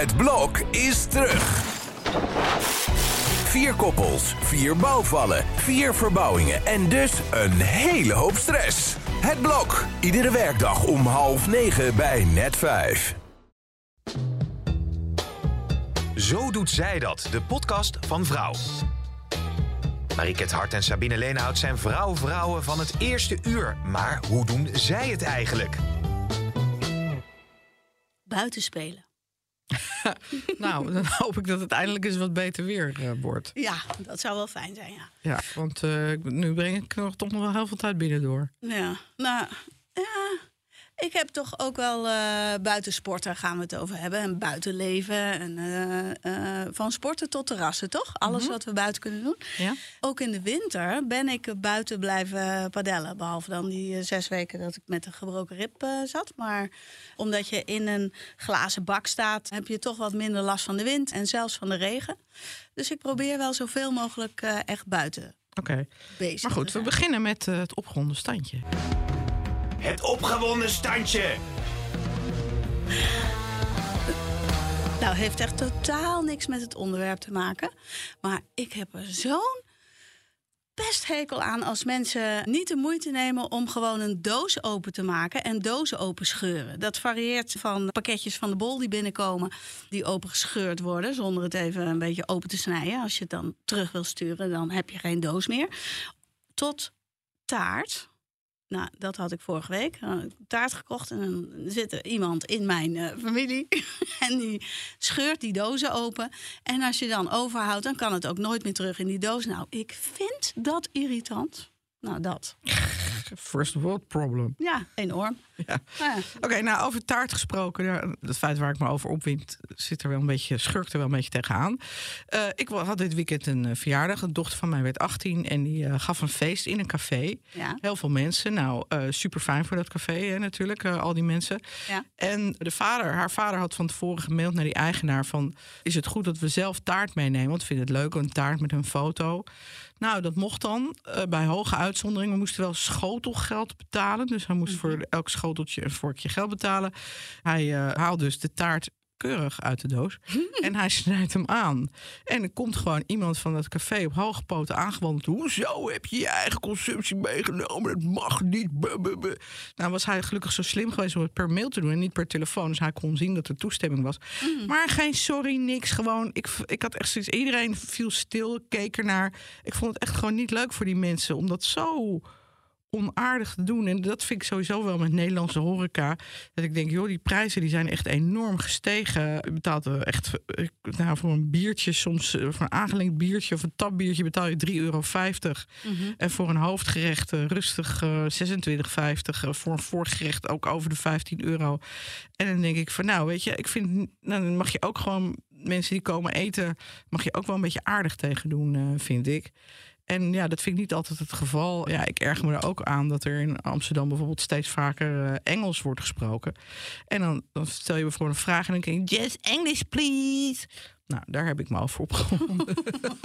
Het blok is terug. 4 koppels, 4 bouwvallen, 4 verbouwingen en dus een hele hoop stress. Het blok, iedere werkdag om 8:30 bij Net5. Zo doet zij dat, de podcast van Vrouw. Mariket Hart en Sabine Leenhout zijn vrouwen van het eerste uur. Maar hoe doen zij het eigenlijk? Buiten spelen. Nou, dan hoop ik dat het eindelijk eens wat beter weer wordt. Ja, dat zou wel fijn zijn, ja. Ja, want nu breng ik toch nog wel heel veel tijd binnen door. Ja, nou, ja. Ik heb toch ook wel buitensporten gaan we het over hebben. En buitenleven. En, van sporten tot terrassen, toch? Alles wat we buiten kunnen doen. Ja? Ook in de winter ben ik buiten blijven padellen. Behalve dan die 6 weken dat ik met een gebroken rib zat. Maar omdat je in een glazen bak staat, heb je toch wat minder last van de wind. En zelfs van de regen. Dus ik probeer wel zoveel mogelijk echt buiten bezig. Maar goed, we beginnen met het opgeronde standje. Het opgewonden standje. Nou, heeft echt totaal niks met het onderwerp te maken. Maar ik heb er zo'n pesthekel aan als mensen niet de moeite nemen om gewoon een doos open te maken en dozen open scheuren. Dat varieert van pakketjes van de Bol die binnenkomen, die open gescheurd worden, zonder het even een beetje open te snijden. Als je het dan terug wil sturen, dan heb je geen doos meer. Tot taart. Nou, dat had ik vorige week. Taart gekocht en dan zit er iemand in mijn familie. En die scheurt die dozen open. En als je dan overhoudt, dan kan het ook nooit meer terug in die doos. Nou, ik vind dat irritant. Nou, dat. First world problem. Ja, enorm. Ja. Oké, nou, over taart gesproken. Het feit waar ik me over opwind, schurkt er wel een beetje tegenaan. Ik had dit weekend een verjaardag. De dochter van mij werd 18 en die gaf een feest in een café. Ja. Heel veel mensen. Nou, super fijn voor dat café natuurlijk, al die mensen. Ja. En haar vader had van tevoren gemaild naar die eigenaar van, is het goed dat we zelf taart meenemen? Want we vinden het leuk, een taart met een foto. Nou, dat mocht dan. Bij hoge uitzondering. We moesten wel schotelgeld betalen. Dus hij moest voor elk schoteltje een vorkje geld betalen. Hij haalt dus de taart keurig uit de doos. En hij snijdt hem aan. En er komt gewoon iemand van dat café op hoge poten aangewandeld. Hoezo heb je je eigen consumptie meegenomen? Dat mag niet. Nou was hij gelukkig zo slim geweest om het per mail te doen en niet per telefoon. Dus hij kon zien dat er toestemming was. Maar geen sorry, niks. Gewoon, ik had echt zoiets. Iedereen viel stil, keek ernaar. Ik vond het echt gewoon niet leuk voor die mensen om dat zo onaardig te doen. En dat vind ik sowieso wel met Nederlandse horeca. Dat ik denk, joh, die prijzen die zijn echt enorm gestegen. Je betaalt echt voor een biertje, soms voor een aangelengd biertje of een tapbiertje betaal je €3,50. En voor een hoofdgerecht rustig €26,50. Voor een voorgerecht ook over de €15. En dan denk ik van, nou, weet je, ik vind, dan mag je ook gewoon mensen die komen eten, mag je ook wel een beetje aardig tegen doen, vind ik. En ja, dat vind ik niet altijd het geval. Ja, ik erger me er ook aan dat er in Amsterdam bijvoorbeeld steeds vaker Engels wordt gesproken. En dan stel je bijvoorbeeld een vraag en dan denk je, yes, English please. Nou, daar heb ik me over opgewonden.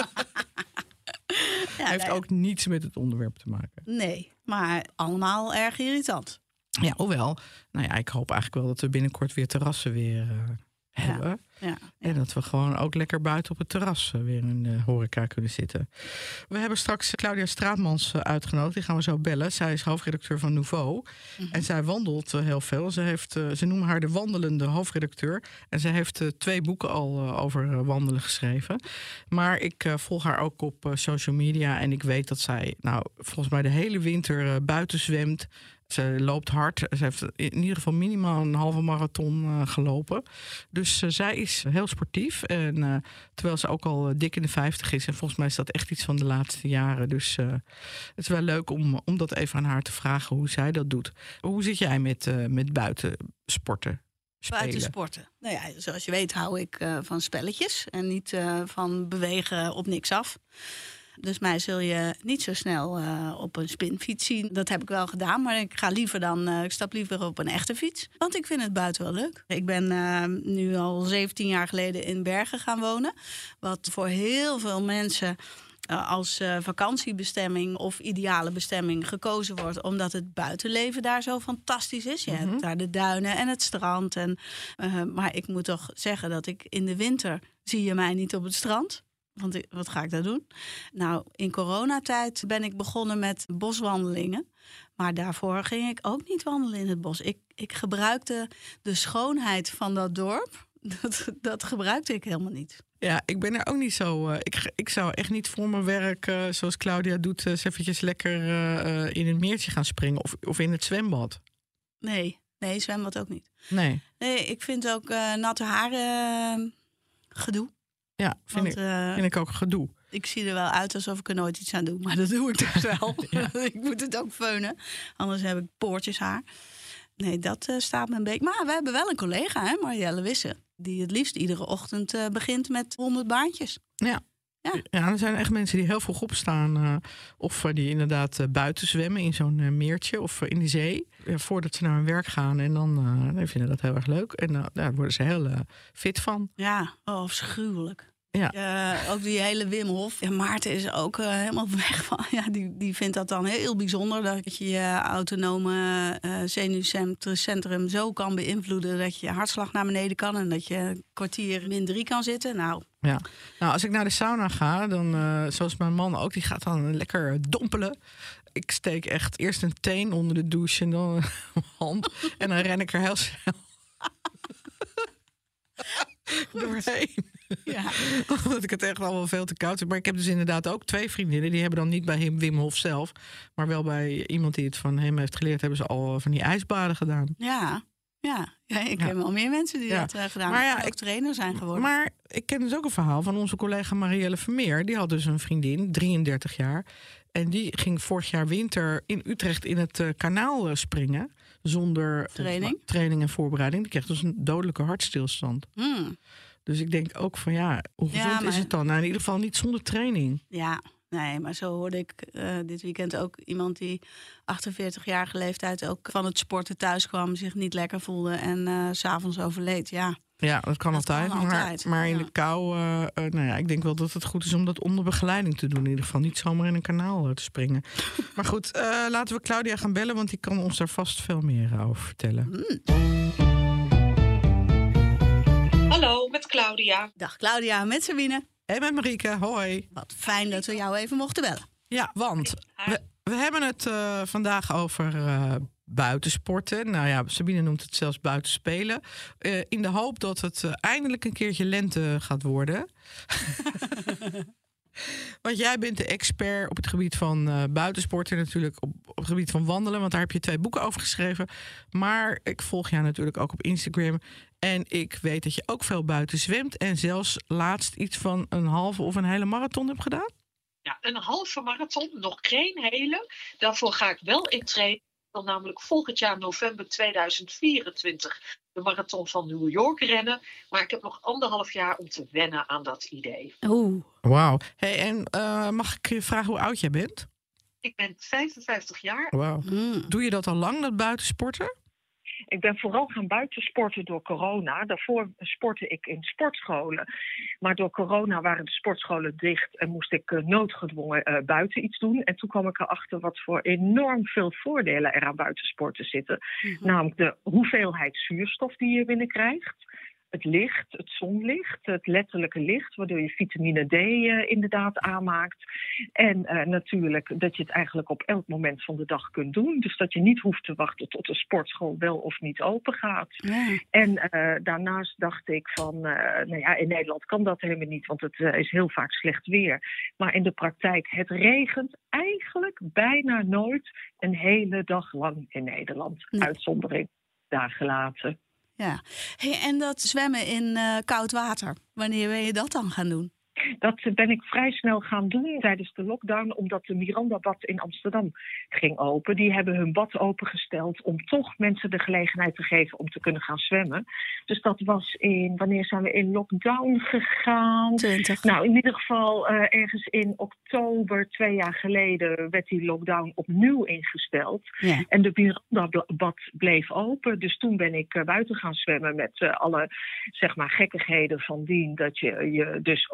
Ja, heeft ook niets met het onderwerp te maken. Nee, maar allemaal erg irritant. Ja, hoewel. Nou ja, ik hoop eigenlijk wel dat we binnenkort weer terrassen hebben. Ja. En dat we gewoon ook lekker buiten op het terras weer in de horeca kunnen zitten. We hebben straks Claudia Straatmans uitgenodigd. Die gaan we zo bellen. Zij is hoofdredacteur van Nouveau. En zij wandelt heel veel. Ze noemen haar de wandelende hoofdredacteur. En ze heeft 2 boeken al over wandelen geschreven. Maar ik volg haar ook op social media. En ik weet dat zij volgens mij de hele winter buiten zwemt. Ze loopt hard. Ze heeft in ieder geval minimaal een halve marathon gelopen. Dus zij is heel sportief. En terwijl ze ook al dik in de 50 is. En volgens mij is dat echt iets van de laatste jaren. Dus het is wel leuk om dat even aan haar te vragen hoe zij dat doet. Hoe zit jij met buitensporten? Buitensporten. Nou ja, zoals je weet hou ik van spelletjes. En niet van bewegen op niks af. Dus mij zul je niet zo snel op een spinfiets zien. Dat heb ik wel gedaan, maar ik stap liever op een echte fiets. Want ik vind het buiten wel leuk. Ik ben nu al 17 jaar geleden in Bergen gaan wonen. Wat voor heel veel mensen als vakantiebestemming of ideale bestemming gekozen wordt, omdat het buitenleven daar zo fantastisch is. Je hebt daar de duinen en het strand. Maar ik moet toch zeggen dat ik in de winter zie je mij niet op het strand. Want wat ga ik daar doen? Nou, in coronatijd ben ik begonnen met boswandelingen. Maar daarvoor ging ik ook niet wandelen in het bos. Ik gebruikte de schoonheid van dat dorp. Dat gebruikte ik helemaal niet. Ja, ik ben er ook niet zo... Ik zou echt niet voor mijn werk, zoals Claudia doet... eens eventjes lekker in een meertje gaan springen of in het zwembad. Nee, zwembad ook niet. Nee, ik vind ook natte haren gedoe. ja, vind ik ook gedoe. Ik zie er wel uit alsof ik er nooit iets aan doe. Maar dat doe ik dus wel. Ja. Ik moet het ook feunen. Anders heb ik poortjeshaar. Nee, dat staat me een beetje... Maar we hebben wel een collega, hè, Marielle Wisse... die het liefst iedere ochtend begint met 100 baantjes. Ja. Ja, er zijn echt mensen die heel vroeg opstaan. Of die inderdaad buiten zwemmen in zo'n meertje of in de zee. Voordat ze naar hun werk gaan. En dan vinden dat heel erg leuk. En daar worden ze heel fit van. Ja, afschuwelijk. Ja. Ook die hele Wim Hof. Ja, Maarten is ook helemaal weg van. Ja, die vindt dat dan heel bijzonder. Dat je je autonome zenuwcentrum zo kan beïnvloeden dat je je hartslag naar beneden kan. En dat je een kwartier -3 kan zitten. Nou, als ik naar de sauna ga, dan zoals mijn man ook, die gaat dan lekker dompelen. Ik steek echt eerst een teen onder de douche en dan een hand. En dan ren ik er heel snel doorheen. Ja. Omdat ik het echt wel veel te koud heb. Maar ik heb dus inderdaad ook 2 vriendinnen. Die hebben dan niet bij Wim Hof zelf. Maar wel bij iemand die het van hem heeft geleerd. Hebben ze al van die ijsbaden gedaan. Ja, ik ken wel meer mensen die dat gedaan hebben. Maar ook trainer zijn geworden. Maar ik ken dus ook een verhaal van onze collega Marielle Vermeer. Die had dus een vriendin, 33 jaar. En die ging vorig jaar winter in Utrecht in het kanaal springen. Zonder training en voorbereiding. Die kreeg dus een dodelijke hartstilstand. Dus ik denk ook van hoe gezond is het dan? Nou, in ieder geval niet zonder training. Ja, nee, maar zo hoorde ik dit weekend ook iemand die 48-jarige leeftijd ook van het sporten thuis kwam, zich niet lekker voelde en 's avonds overleed. Ja, dat kan altijd. Maar in de kou, ik denk wel dat het goed is om dat onder begeleiding te doen. In ieder geval niet zomaar in een kanaal te springen. Maar goed, laten we Claudia gaan bellen, want die kan ons daar vast veel meer over vertellen. Hallo, met Claudia. Dag Claudia, met Sabine. En met Marieke, hoi. Wat fijn dat we jou even mochten bellen. Ja, want we hebben het vandaag over buitensporten. Nou ja, Sabine noemt het zelfs buitenspelen. In de hoop dat het eindelijk een keertje lente gaat worden. Want jij bent de expert op het gebied van buitensporten. Natuurlijk op het gebied van wandelen. Want daar heb je 2 boeken over geschreven. Maar ik volg jou natuurlijk ook op Instagram. En ik weet dat je ook veel buiten zwemt. En zelfs laatst iets van een halve of een hele marathon hebt gedaan. Ja, een halve marathon, nog geen hele. Daarvoor ga ik wel in trainen. Ik wil namelijk volgend jaar november 2024 de marathon van New York rennen. Maar ik heb nog 1,5 jaar om te wennen aan dat idee. Oeh. Wauw. Hey, en mag ik je vragen hoe oud jij bent? Ik ben 55 jaar. Wauw. Doe je dat al lang, dat buitensporten? Ik ben vooral gaan buitensporten door corona. Daarvoor sportte ik in sportscholen. Maar door corona waren de sportscholen dicht en moest ik noodgedwongen buiten iets doen. En toen kwam ik erachter wat voor enorm veel voordelen er aan buitensporten zitten. Namelijk de hoeveelheid zuurstof die je binnenkrijgt. Het licht, het zonlicht, het letterlijke licht, waardoor je vitamine D inderdaad aanmaakt. En natuurlijk dat je het eigenlijk op elk moment van de dag kunt doen. Dus dat je niet hoeft te wachten tot de sportschool wel of niet open gaat. Ja. En daarnaast dacht ik van, in Nederland kan dat helemaal niet, want het is heel vaak slecht weer. Maar in de praktijk, het regent eigenlijk bijna nooit een hele dag lang in Nederland. Nee. Uitzondering daar gelaten. Ja, en dat zwemmen in koud water, wanneer ben je dat dan gaan doen? Dat ben ik vrij snel gaan doen tijdens de lockdown, omdat de Miranda-bad in Amsterdam ging open. Die hebben hun bad opengesteld om toch mensen de gelegenheid te geven om te kunnen gaan zwemmen. Dus dat was wanneer zijn we in lockdown gegaan? 20. Nou, in ieder geval ergens in oktober 2 jaar geleden werd die lockdown opnieuw ingesteld. Ja. En de Miranda-bad bleef open. Dus toen ben ik buiten gaan zwemmen met alle, gekkigheden van dien. Dat je dus ook moet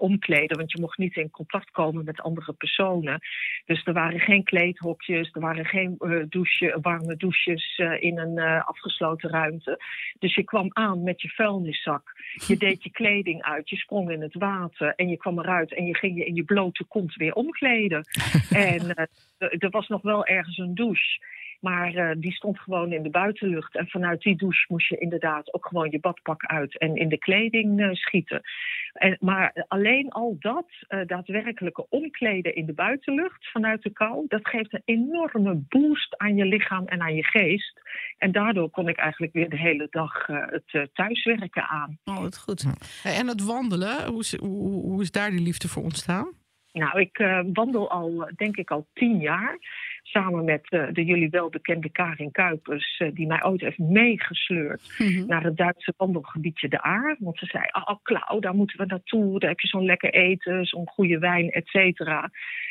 omkleden. Want je mocht niet in contact komen met andere personen. Dus er waren geen kleedhokjes, er waren geen warme douches in een afgesloten ruimte. Dus je kwam aan met je vuilniszak. Je deed je kleding uit, je sprong in het water en je kwam eruit en je ging je in je blote kont weer omkleden. En er was nog wel ergens een douche. Maar die stond gewoon in de buitenlucht. En vanuit die douche moest je inderdaad ook gewoon je badpak uit en in de kleding schieten. Maar alleen al dat, daadwerkelijke omkleden in de buitenlucht vanuit de kou, dat geeft een enorme boost aan je lichaam en aan je geest. En daardoor kon ik eigenlijk weer de hele dag het thuiswerken aan. Oh, wat goed. En het wandelen, hoe is daar die liefde voor ontstaan? Nou, ik wandel al 10 jaar. Samen met de jullie welbekende Karin Kuipers, die mij ooit heeft meegesleurd naar het Duitse wandelgebiedje de Aar. Want ze zei, Klau, daar moeten we naartoe. Daar heb je zo'n lekker eten, zo'n goede wijn, et cetera.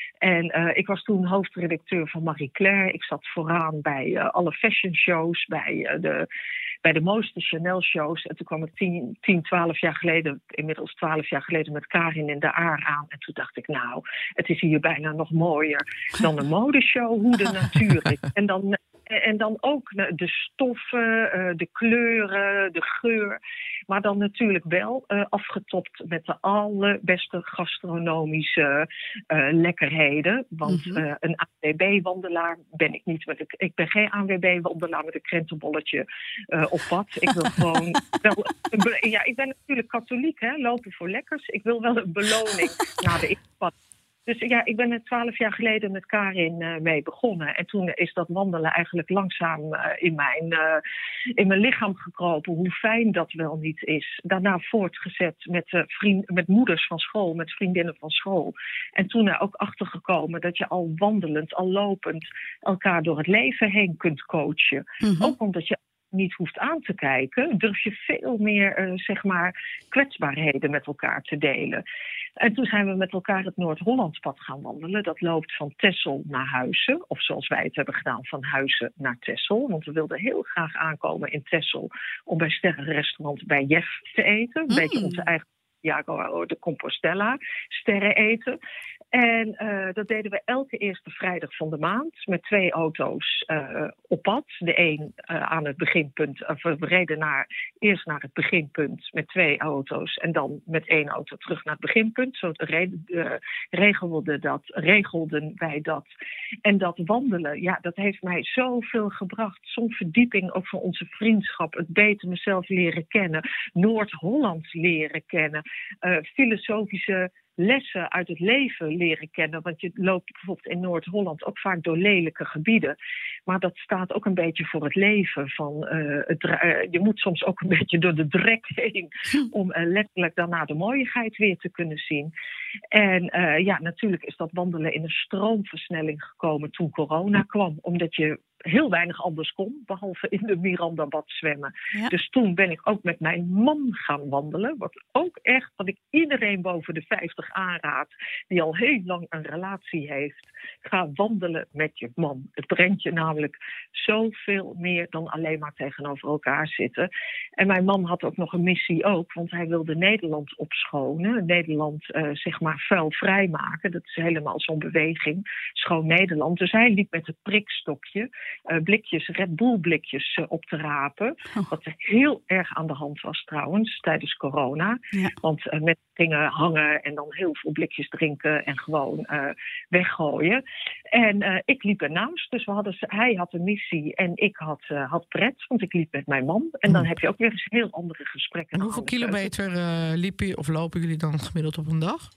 En ik was toen hoofdredacteur van Marie Claire. Ik zat vooraan bij alle fashion shows, bij de mooiste Chanel shows. En toen kwam ik 12 jaar geleden, inmiddels 12 jaar geleden, met Karin in de Aar aan. En toen dacht ik, nou, het is hier bijna nog mooier dan een modeshow, hoe de natuur is. En dan ook de stoffen, de kleuren, de geur. Maar dan natuurlijk wel afgetopt met de allerbeste gastronomische lekkerheden. Want een ANWB-wandelaar ben ik niet. Ik ben geen ANWB-wandelaar met een krentenbolletje op pad. Ik wil gewoon wel... ik ben natuurlijk katholiek, hè, lopen voor lekkers. Ik wil wel een beloning na de inpad. Dus ja, ik ben er 12 jaar geleden met Karin mee begonnen. En toen is dat wandelen eigenlijk langzaam in mijn lichaam gekropen. Hoe fijn dat wel niet is. Daarna voortgezet met moeders van school, met vriendinnen van school. En toen er ook achtergekomen dat je al wandelend, al lopend elkaar door het leven heen kunt coachen. Ook omdat je niet hoeft aan te kijken, durf je veel meer kwetsbaarheden met elkaar te delen. En toen zijn we met elkaar het Noord-Hollandspad gaan wandelen. Dat loopt van Texel naar Huizen. Of zoals wij het hebben gedaan, van Huizen naar Texel. Want we wilden heel graag aankomen in Texel om bij sterrenrestaurant bij Jeff te eten. Een beetje onze eigen Santiago de Compostela sterren eten. En dat deden we elke eerste vrijdag van de maand met 2 auto's op pad. De een aan het beginpunt, we reden eerst naar het beginpunt met 2 auto's en dan met 1 auto terug naar het beginpunt. Zo regelden wij dat. En dat wandelen, ja, dat heeft mij zoveel gebracht. Zo'n verdieping ook van onze vriendschap, het beter mezelf leren kennen, Noord-Holland leren kennen, filosofische lessen uit het leven leren kennen. Want je loopt bijvoorbeeld in Noord-Holland ook vaak door lelijke gebieden. Maar dat staat ook een beetje voor het leven. Je moet soms ook een beetje door de drek heen om letterlijk daarna de mooiigheid weer te kunnen zien. En natuurlijk is dat wandelen in een stroomversnelling gekomen toen corona kwam. Omdat je heel weinig anders kon, behalve in de Mirandabad zwemmen. Ja. Dus toen ben ik ook met mijn man gaan wandelen. Wat ik iedereen boven de 50 aanraad, die al heel lang een relatie heeft. Ga wandelen met je man. Het brengt je namelijk zoveel meer dan alleen maar tegenover elkaar zitten. En mijn man had ook nog een missie ook, want hij wilde Nederland opschonen. Nederland, vuilvrij maken. Dat is helemaal zo'n beweging. Schoon Nederland. Dus hij liep met het prikstokje Red Bull blikjes op te rapen. Wat heel erg aan de hand was trouwens, tijdens corona. Ja. Want mensen gingen hangen en dan heel veel blikjes drinken en gewoon weggooien. En ik liep ernaast. Dus hij had een missie en ik had pret, want ik liep met mijn man. En dan heb je ook weer eens heel andere gesprekken. En hoeveel kilometer lopen jullie dan gemiddeld op een dag?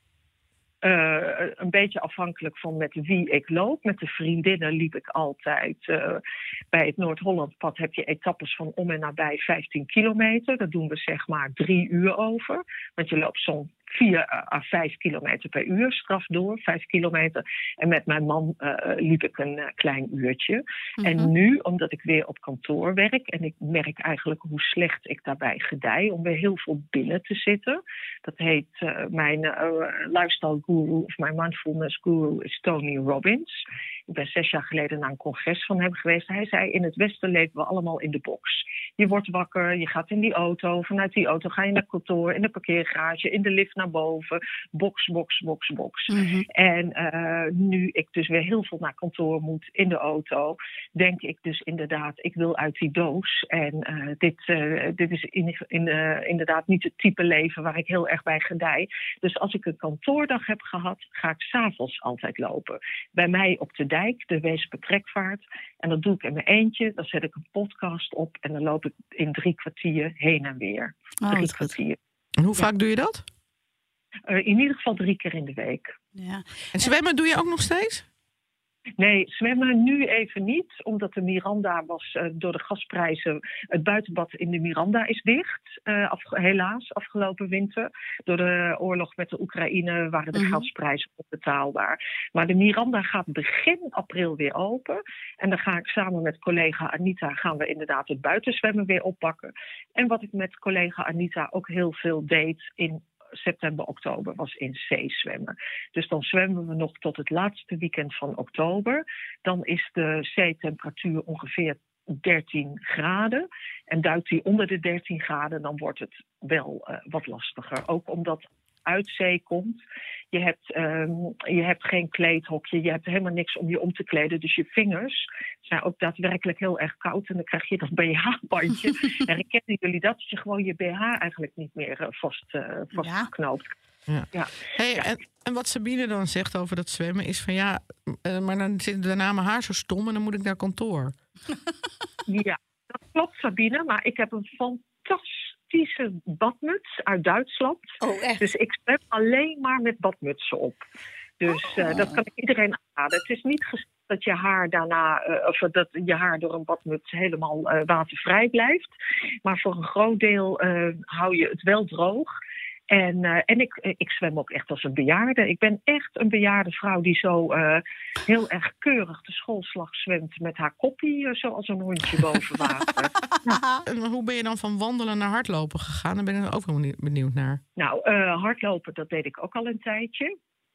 Een beetje afhankelijk van met wie ik loop. Met de vriendinnen liep ik altijd. Bij het Noord-Hollandpad heb je etappes van om en nabij 15 kilometer. Dat doen we 3 uur over. Want je loopt zo'n 4 à 5 kilometer per uur, straf door, 5 kilometer. En met mijn man liep ik een klein uurtje. En nu, omdat ik weer op kantoor werk en ik merk eigenlijk hoe slecht ik daarbij gedij om weer heel veel binnen te zitten. Dat heet mijn lifestyle guru of mijn mindfulness guru is Tony Robbins. Ik ben 6 jaar geleden naar een congres van hem geweest. Hij zei, in het Westen leven we allemaal in de box. Je wordt wakker, je gaat in die auto. Vanuit die auto ga je naar kantoor, in de parkeergarage, in de lift naar boven. Box, box, box, box. Mhm. En nu ik dus weer heel veel naar kantoor moet in de auto, denk ik dus inderdaad, ik wil uit die doos. En dit is inderdaad niet het type leven waar ik heel erg bij gedij. Dus als ik een kantoordag heb gehad, ga ik 's avonds altijd lopen. Bij mij op de dijk, de Weespertrekvaart. En dat doe ik in mijn eentje. Dan zet ik een podcast op en dan loop ik in 3 kwartier heen en weer. 3 kwartier. En hoe vaak doe je dat? In ieder geval 3 keer in de week. Ja. En zwemmen doe je ook nog steeds? Nee, zwemmen nu even niet. Omdat de Miranda was door de gasprijzen. Het buitenbad in de Miranda is dicht. Helaas, afgelopen winter. Door de oorlog met de Oekraïne waren de gasprijzen onbetaalbaar. Maar de Miranda gaat begin april weer open. En dan ga ik samen met collega Anita gaan we inderdaad het buitenzwemmen weer oppakken. En wat ik met collega Anita ook heel veel deed in september, oktober was in zee zwemmen. Dus dan zwemmen we nog tot het laatste weekend van oktober. Dan is de zeetemperatuur ongeveer 13 graden. En duikt die onder de 13 graden, dan wordt het wel wat lastiger. Ook omdat uit zee komt. Je hebt geen kleedhokje, je hebt helemaal niks om je om te kleden. Dus je vingers zijn ook daadwerkelijk heel erg koud. En dan krijg je dat BH-bandje. En herkennen jullie dat je gewoon je BH eigenlijk niet meer vastgeknoopt. Ja. Hey, en wat Sabine dan zegt over dat zwemmen is van maar dan zit daarna mijn haar zo stom en dan moet ik naar kantoor. Ja, dat klopt Sabine, maar ik heb een fantastische badmuts uit Duitsland. Oh, echt? Dus ik zwem alleen maar met badmutsen op. Dus dat kan ik iedereen aanraden. Het is niet gezegd dat je haar daarna, dat je haar door een badmuts helemaal watervrij blijft. Maar voor een groot deel hou je het wel droog. En ik zwem ook echt als een bejaarde. Ik ben echt een bejaarde vrouw die zo heel erg keurig de schoolslag zwemt met haar koppie, zoals een hondje boven water. En hoe ben je dan van wandelen naar hardlopen gegaan? Daar ben ik ook wel benieuwd naar. Nou, hardlopen, dat deed ik ook al een tijdje.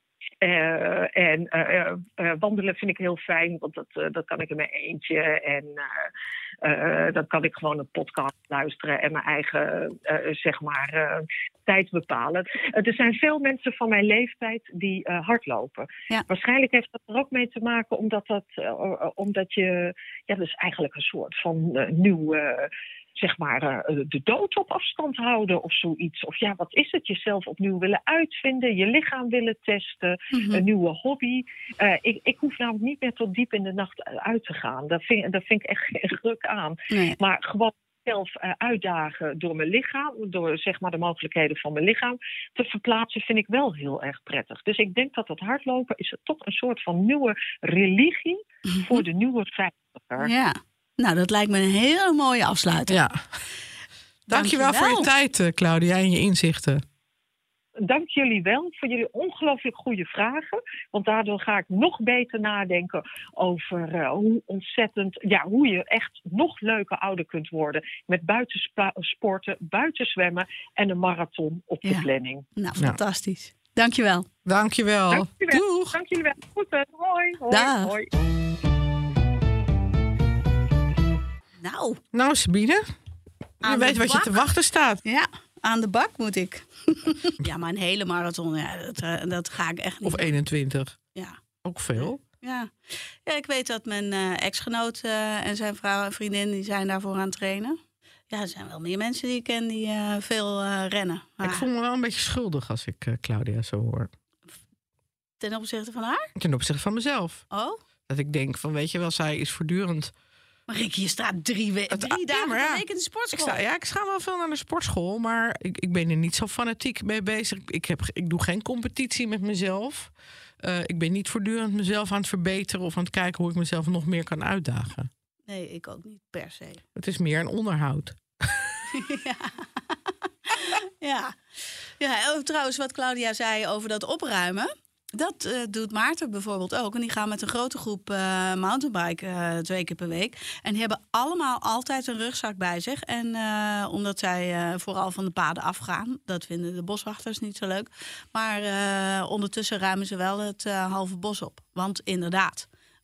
Wandelen vind ik heel fijn, want dat kan ik in mijn eentje. En dan kan ik gewoon een podcast luisteren en mijn eigen tijd bepalen. Er zijn veel mensen van mijn leeftijd die hardlopen. Ja. Waarschijnlijk heeft dat er ook mee te maken omdat je... Ja, dat is eigenlijk een soort van nieuw... de dood op afstand houden of zoiets. Of wat is het? Jezelf opnieuw willen uitvinden, je lichaam willen testen, een nieuwe hobby. Ik hoef namelijk niet meer tot diep in de nacht uit te gaan. Dat vind ik echt geen ruk aan. Nee. Maar gewoon zelf uitdagen door mijn lichaam, door de mogelijkheden van mijn lichaam te verplaatsen, vind ik wel heel erg prettig. Dus ik denk dat hardlopen is toch een soort van nieuwe religie voor de nieuwe vijftiger. Ja. Nou, dat lijkt me een hele mooie afsluiting. Ja. Dankjewel voor je tijd, Claudia, en je inzichten. Dank jullie wel voor jullie ongelooflijk goede vragen. Want daardoor ga ik nog beter nadenken over hoe je echt nog leuker ouder kunt worden. Met buitensporten, buitenzwemmen en een marathon op de planning. Nou, fantastisch. Dankjewel. Dankjewel. Doeg. Dank jullie wel. Goed, hoi. Hoi. Nou, Sabine, je weet wat je te wachten staat. Ja, aan de bak moet ik. Ja, maar een hele marathon, dat ga ik echt niet. Of 21. Ja. Ook veel. Ja, ik weet dat mijn ex-genoot en zijn vrouw en vriendin, die zijn daarvoor aan het trainen. Ja, er zijn wel meer mensen die ik ken die veel rennen. Maar... Ik voel me wel een beetje schuldig als ik Claudia zo hoor. Ten opzichte van haar? Ten opzichte van mezelf. Oh? Dat ik denk van, weet je wel, zij is voortdurend... Maar Rick, je staat 3 dagen per week in de sportschool. Ik ga wel veel naar de sportschool, maar ik ben er niet zo fanatiek mee bezig. Ik doe geen competitie met mezelf. Ik ben niet voortdurend mezelf aan het verbeteren of aan het kijken hoe ik mezelf nog meer kan uitdagen. Nee, ik ook niet per se. Het is meer een onderhoud. Ja, trouwens, wat Claudia zei over dat opruimen. Dat doet Maarten bijvoorbeeld ook. En die gaan met een grote groep mountainbiken 2 keer per week. En die hebben allemaal altijd een rugzak bij zich. En omdat zij vooral van de paden afgaan. Dat vinden de boswachters niet zo leuk. Maar ondertussen ruimen ze wel het halve bos op. Want inderdaad,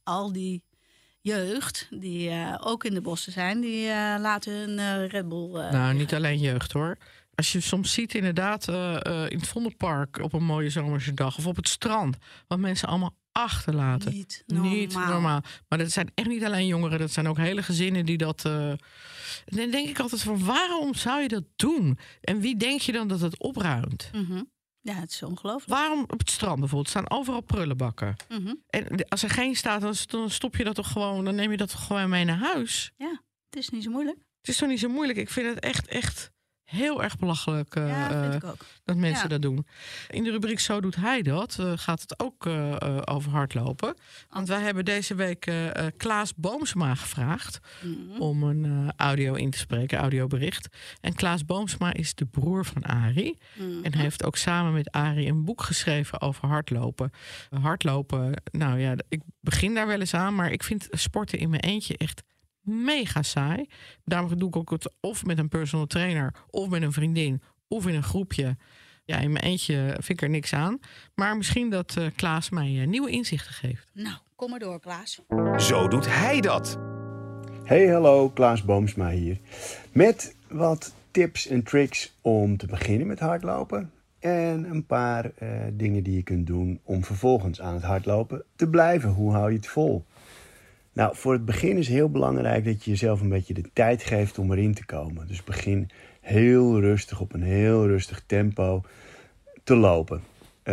al die jeugd, die ook in de bossen zijn, die laten hun Red Bull... Nou, niet alleen jeugd hoor. Als je soms ziet inderdaad in het Vondelpark op een mooie zomerse dag... of op het strand, wat mensen allemaal achterlaten. Niet normaal. Maar dat zijn echt niet alleen jongeren. Dat zijn ook hele gezinnen die dat... Dan denk ik altijd van, waarom zou je dat doen? En wie denk je dan dat het opruimt? Mm-hmm. Ja, het is ongelooflijk. Waarom op het strand bijvoorbeeld staan overal prullenbakken? Mm-hmm. En als er geen staat, dan stop je dat toch gewoon... dan neem je dat toch gewoon mee naar huis? Ja, het is niet zo moeilijk. Het is toch niet zo moeilijk? Ik vind het echt heel erg belachelijk vind ik ook. dat mensen dat doen. In de rubriek Zo doet hij dat gaat het ook over hardlopen. Want wij hebben deze week Klaas Boomsma gevraagd... om een audio in te spreken, audiobericht. En Klaas Boomsma is de broer van Arie. En heeft ook samen met Arie een boek geschreven over hardlopen. Hardlopen, nou ja, ik begin daar wel eens aan... maar ik vind sporten in mijn eentje echt... mega saai. Daarom doe ik ook het of met een personal trainer... of met een vriendin, of in een groepje. Ja, in mijn eentje vind ik er niks aan. Maar misschien dat Klaas mij nieuwe inzichten geeft. Nou, kom maar door, Klaas. Zo doet hij dat. Hey, hallo, Klaas Boomsma hier. Met wat tips en tricks om te beginnen met hardlopen. En een paar dingen die je kunt doen om vervolgens aan het hardlopen te blijven. Hoe hou je het vol? Nou, voor het begin is heel belangrijk dat je jezelf een beetje de tijd geeft om erin te komen. Dus begin heel rustig op een heel rustig tempo te lopen.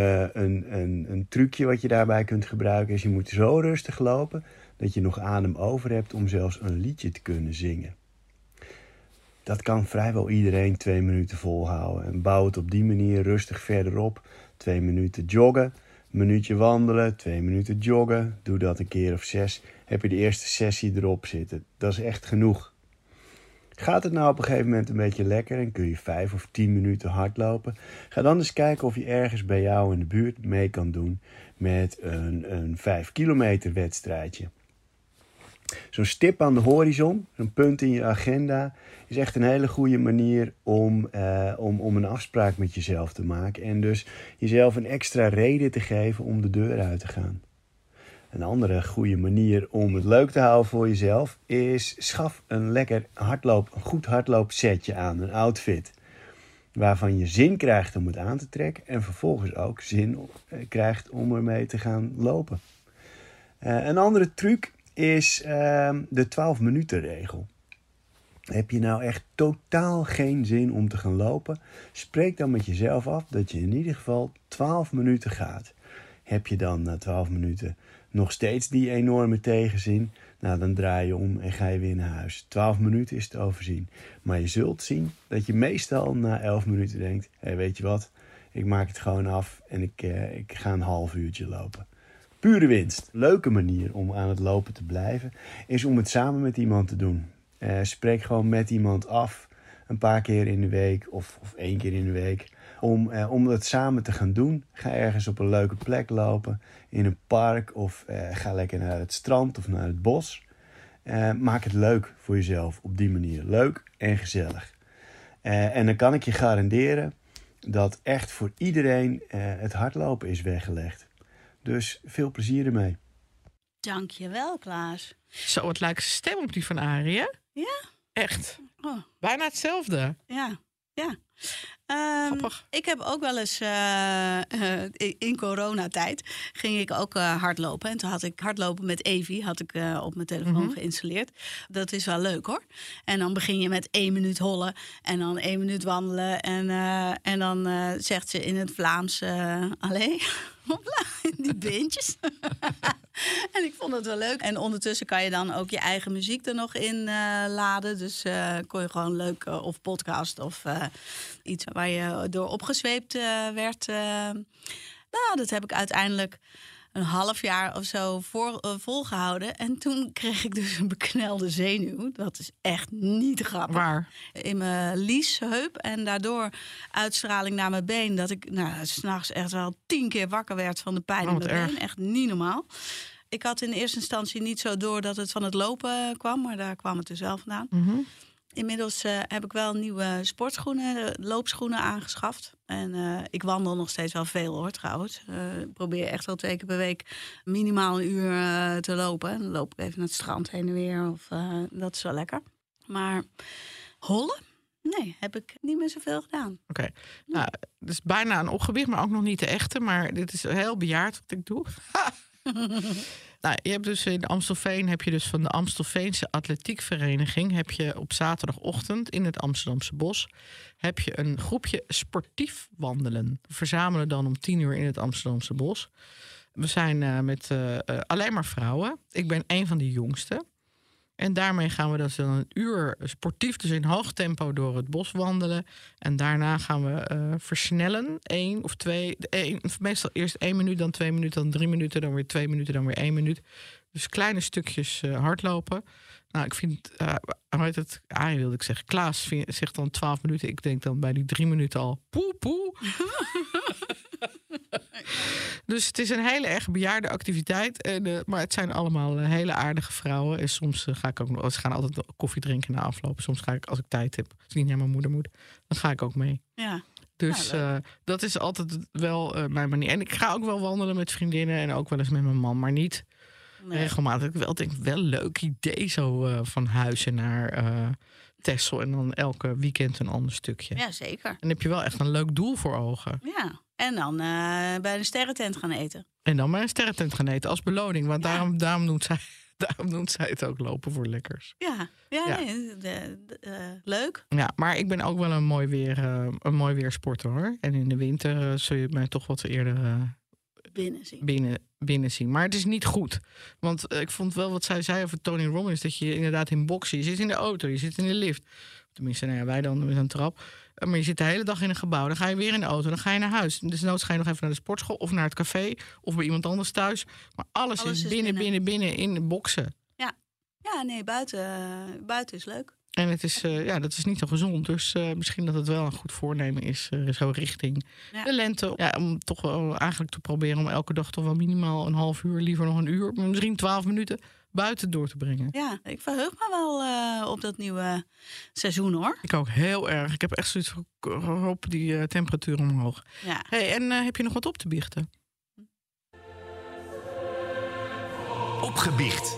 Een trucje wat je daarbij kunt gebruiken is je moet zo rustig lopen dat je nog adem over hebt om zelfs een liedje te kunnen zingen. Dat kan vrijwel iedereen 2 minuten volhouden. En bouw het op die manier rustig verder op. 2 minuten joggen. Een minuutje wandelen, 2 minuten joggen. Doe dat een keer of 6. Heb je de eerste sessie erop zitten. Dat is echt genoeg. Gaat het nou op een gegeven moment een beetje lekker en kun je 5 of 10 minuten hardlopen? Ga dan eens kijken of je ergens bij jou in de buurt mee kan doen met een 5 kilometer wedstrijdje. Zo'n stip aan de horizon, zo'n punt in je agenda, is echt een hele goede manier om een afspraak met jezelf te maken. En dus jezelf een extra reden te geven om de deur uit te gaan. Een andere goede manier om het leuk te houden voor jezelf is schaf een goed hardloopsetje aan, een outfit. Waarvan je zin krijgt om het aan te trekken en vervolgens ook zin krijgt om ermee te gaan lopen. Een andere truc is de 12 minuten regel. Heb je nou echt totaal geen zin om te gaan lopen? Spreek dan met jezelf af dat je in ieder geval 12 minuten gaat. Heb je dan na 12 minuten nog steeds die enorme tegenzin? Nou, dan draai je om en ga je weer naar huis. 12 minuten is te overzien. Maar je zult zien dat je meestal na 11 minuten denkt... Hé, weet je wat? Ik maak het gewoon af en ik ga een half uurtje lopen. Pure winst. Leuke manier om aan het lopen te blijven is om het samen met iemand te doen. Spreek gewoon met iemand af, een paar keer in de week of 1 keer in de week. Om dat samen te gaan doen. Ga ergens op een leuke plek lopen, in een park of ga lekker naar het strand of naar het bos. Maak het leuk voor jezelf op die manier. Leuk en gezellig. En dan kan ik je garanderen dat echt voor iedereen het hardlopen is weggelegd. Dus veel plezier ermee. Dankjewel, Klaas. Zo, het lijkt stem op die van Arie, hè? Ja? Echt. Oh, Bijna hetzelfde. ja. Grappig. Ik heb ook wel eens in coronatijd ging ik ook hardlopen. En toen had ik hardlopen met Evi op mijn telefoon geïnstalleerd. Dat is wel leuk hoor. En dan begin je met 1 minuut hollen en dan 1 minuut wandelen. En dan zegt ze in het Vlaams, allee, hopla, die beentjes. En ik vond het wel leuk. En ondertussen kan je dan ook je eigen muziek er nog in laden. Dus kon je gewoon leuk of podcast of iets waar je door opgezweept werd. Nou, dat heb ik uiteindelijk een half jaar of zo volgehouden. En toen kreeg ik dus een beknelde zenuw. Dat is echt niet grappig. Waar? In mijn liesheup. En daardoor uitstraling naar mijn been. Dat ik 's nachts echt wel 10 keer wakker werd van de pijn in mijn been. Echt niet normaal. Ik had in eerste instantie niet zo door dat het van het lopen kwam. Maar daar kwam het dus wel vandaan. Inmiddels heb ik wel nieuwe sportschoenen, loopschoenen aangeschaft. En ik wandel nog steeds wel veel hoor trouwens. Ik probeer echt wel 2 keer per week minimaal 1 uur te lopen. Dan loop ik even naar het strand heen en weer. Dat is wel lekker. Maar hollen? Nee, heb ik niet meer zoveel gedaan. Oké. Nou, het is bijna een opgewicht, maar ook nog niet de echte. Maar dit is heel bejaard wat ik doe. Nou, je hebt dus in Amstelveen heb je dus van de Amstelveense Atletiekvereniging heb je op zaterdagochtend in het Amsterdamse Bos heb je een groepje sportief wandelen. We verzamelen dan om 10 uur in het Amsterdamse Bos. We zijn met alleen maar vrouwen. Ik ben een van de jongste. En daarmee gaan we dus dan 1 uur sportief, dus in hoog tempo door het bos wandelen. En daarna gaan we versnellen. 1 of 2, meestal eerst 1 minuut, dan 2 minuten, dan 3 minuten, dan weer 2 minuten, dan weer 1 minuut. Dus kleine stukjes hardlopen. Nou, ik vind, wilde ik zeggen, Klaas zegt dan 12 minuten. Ik denk dan bij die 3 minuten al, poe. Dus het is een hele erg bejaarde activiteit. Maar het zijn allemaal hele aardige vrouwen. En soms ga ik ook nog. Ze gaan altijd koffie drinken na afloop. Soms ga ik, als ik tijd heb, als ik niet naar mijn moeder moet, dan ga ik ook mee. Ja. Dus dat is altijd wel mijn manier. En ik ga ook wel wandelen met vriendinnen en ook wel eens met mijn man, maar niet regelmatig. Ik denk wel leuk idee zo van Huizen naar Texel en dan elke weekend een ander stukje. Ja, zeker. En dan heb je wel echt een leuk doel voor ogen. Ja. En dan bij een sterrentent gaan eten. En dan bij een sterrentent gaan eten als beloning. Want daarom noemt zij het ook lopen voor lekkers. Ja. Nee, leuk. Ja, maar ik ben ook wel een mooi weer sporter hoor. En in de winter zul je mij toch wat eerder binnen zien. Maar het is niet goed. Want ik vond wel wat zij zei over Tony Robbins, dat je inderdaad in boksen, je zit in de auto, je zit in de lift. Tenminste, wij dan met een trap. Maar je zit de hele dag in een gebouw. Dan ga je weer in de auto. Dan ga je naar huis. Dus noods ga je nog even naar de sportschool of naar het café. Of bij iemand anders thuis. Maar alles is binnen in de boksen. Ja, nee, buiten is leuk. En het is, dat is niet zo gezond. Dus misschien dat het wel een goed voornemen is. Zo richting de lente. Ja, om toch wel eigenlijk te proberen om elke dag toch wel minimaal een half uur. Liever nog 1 uur. Misschien 12 minuten buiten door te brengen. Ja, ik verheug me wel op dat nieuwe seizoen hoor. Ik ook heel erg. Ik heb echt zoiets van op die temperatuur omhoog. Ja. Hey, en heb je nog wat op te biechten? Opgebiecht.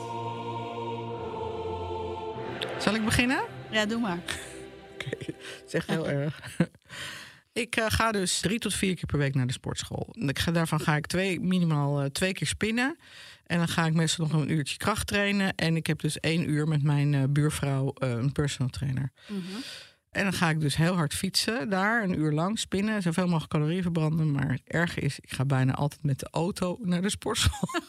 Zal ik beginnen? Ja, doe maar. Oké, het is echt heel erg. Ik ga dus 3 tot 4 keer per week naar de sportschool. Daarvan ga ik minimaal 2 keer spinnen. En dan ga ik meestal nog 1 uurtje kracht trainen. En ik heb dus 1 uur met mijn buurvrouw een personal trainer. Mm-hmm. En dan ga ik dus heel hard fietsen daar, 1 uur lang spinnen. Zoveel mogelijk calorieën verbranden. Maar het erge is, ik ga bijna altijd met de auto naar de sportschool.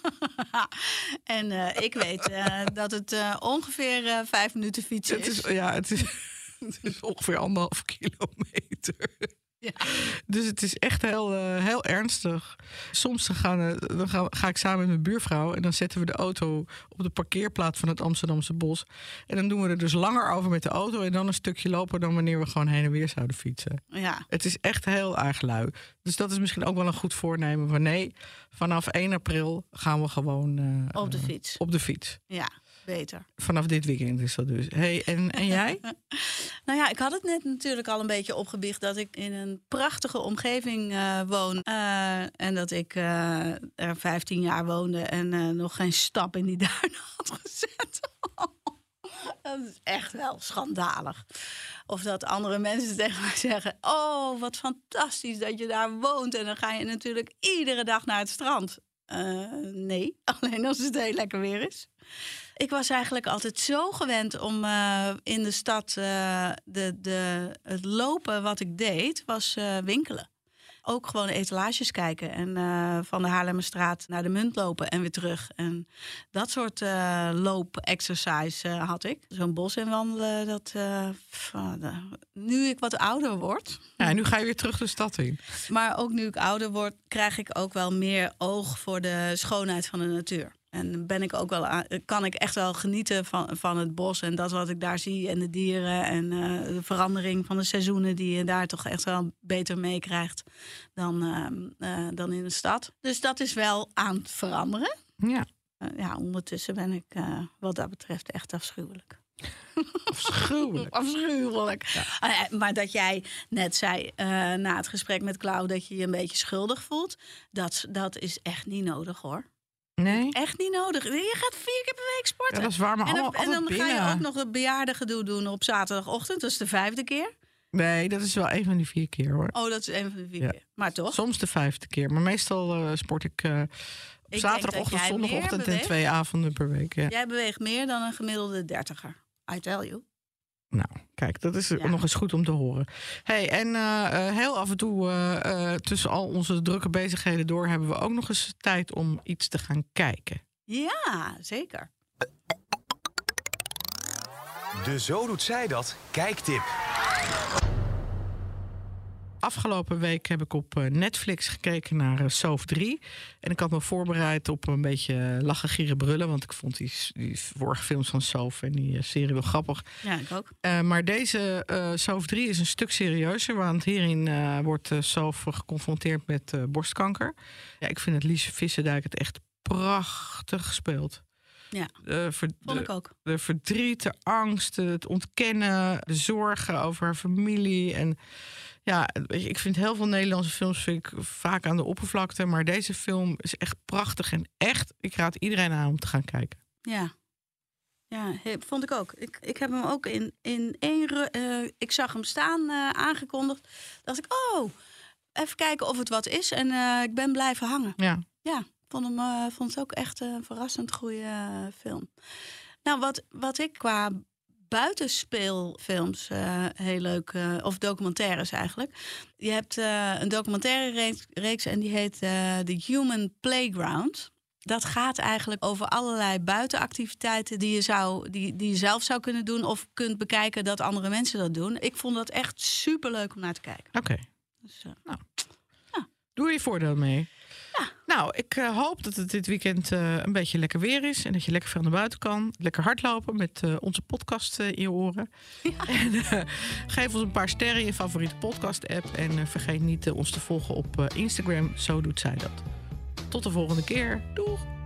En ik weet dat het ongeveer 5 minuten fietsen is. Het is ongeveer 1,5 kilometer. Ja. Dus het is echt heel ernstig. Soms ga ik samen met mijn buurvrouw en dan zetten we de auto op de parkeerplaats van het Amsterdamse Bos. En dan doen we er dus langer over met de auto en dan een stukje lopen dan wanneer we gewoon heen en weer zouden fietsen. Ja. Het is echt heel erg lui. Dus dat is misschien ook wel een goed voornemen van nee, vanaf 1 april gaan we gewoon op de fiets. Ja. Beter. Vanaf dit weekend is dat dus. Hey, en jij? Nou ja, ik had het net natuurlijk al een beetje opgebiecht dat ik in een prachtige omgeving woon. En dat ik er 15 jaar woonde en nog geen stap in die duinen had gezet. Dat is echt wel schandalig. Of dat andere mensen tegen mij zeggen, oh, wat fantastisch dat je daar woont. En dan ga je natuurlijk iedere dag naar het strand. Nee, alleen als het heel lekker weer is. Ik was eigenlijk altijd zo gewend om in de stad het lopen wat ik deed, was winkelen. Ook gewoon etalages kijken en van de Haarlemmerstraat naar de Munt lopen en weer terug. En dat soort loop-exercise had ik. Zo'n bos inwandelen, nu ik wat ouder word. Ja, en nu ga je weer terug de stad in. Maar ook nu ik ouder word, krijg ik ook wel meer oog voor de schoonheid van de natuur. En kan ik echt wel genieten van het bos en dat wat ik daar zie en de dieren en de verandering van de seizoenen die je daar toch echt wel beter meekrijgt dan in de stad. Dus dat is wel aan het veranderen. Ja. Ondertussen ben ik wat dat betreft echt afschuwelijk. Afschuwelijk. Afschuwelijk. Ja. Maar dat jij net zei na het gesprek met Klauw dat je je een beetje schuldig voelt, dat is echt niet nodig, hoor. Nee? Echt niet nodig. Je gaat 4 keer per week sporten. Ja, dat is waar, maar en dan binnen. ga je ook nog het bejaardengedoe doen op zaterdagochtend. Dat is de 5e keer. Nee, dat is wel een van die 4 keer, hoor. Oh, dat is een van de 4 keer. Maar toch? Soms de 5e keer. Maar meestal sport ik op zaterdagochtend, zondagochtend en 2 avonden per week. Ja. Jij beweegt meer dan een gemiddelde 30er. I tell you. Nou, kijk, dat is nog eens goed om te horen. Hey, en heel af en toe tussen al onze drukke bezigheden door hebben we ook nog eens tijd om iets te gaan kijken. Ja, zeker. De Zo Doet Zij Dat kijktip. Afgelopen week heb ik op Netflix gekeken naar Soof 3. En ik had me voorbereid op een beetje lachen, gieren, brullen. Want ik vond die vorige films van Soof en die serie wel grappig. Ja, ik ook. Maar deze Soof 3 is een stuk serieuzer. Want hierin wordt Soof geconfronteerd met borstkanker. Ja, ik vind het Liesje Visserdijk het echt prachtig gespeeld. Ja, vond ik ook. De verdriet, de angst, het ontkennen, de zorgen over haar familie. En ja, ik vind heel veel Nederlandse films vaak aan de oppervlakte. Maar deze film is echt prachtig en echt. Ik raad iedereen aan om te gaan kijken. Ja, vond ik ook. Ik heb hem ook in één... ik zag hem staan, aangekondigd. Dacht ik, even kijken of het wat is. En ik ben blijven hangen. Ja. Vond het ook echt een verrassend goede film. Nou, wat ik qua buitenspeelfilms heel leuk, of documentaires eigenlijk. Je hebt een documentaire reeks en die heet The Human Playground. Dat gaat eigenlijk over allerlei buitenactiviteiten die je zelf zou kunnen doen of kunt bekijken dat andere mensen dat doen. Ik vond dat echt superleuk om naar te kijken. Oké. Dus, doe je voordeel mee. Ja. Nou, ik hoop dat het dit weekend een beetje lekker weer is. En dat je lekker veel naar buiten kan. Lekker hardlopen met onze podcast in je oren. Ja. En geef ons een paar sterren in je favoriete podcast-app. En vergeet niet ons te volgen op Instagram. Zo doet zij dat. Tot de volgende keer. Doeg!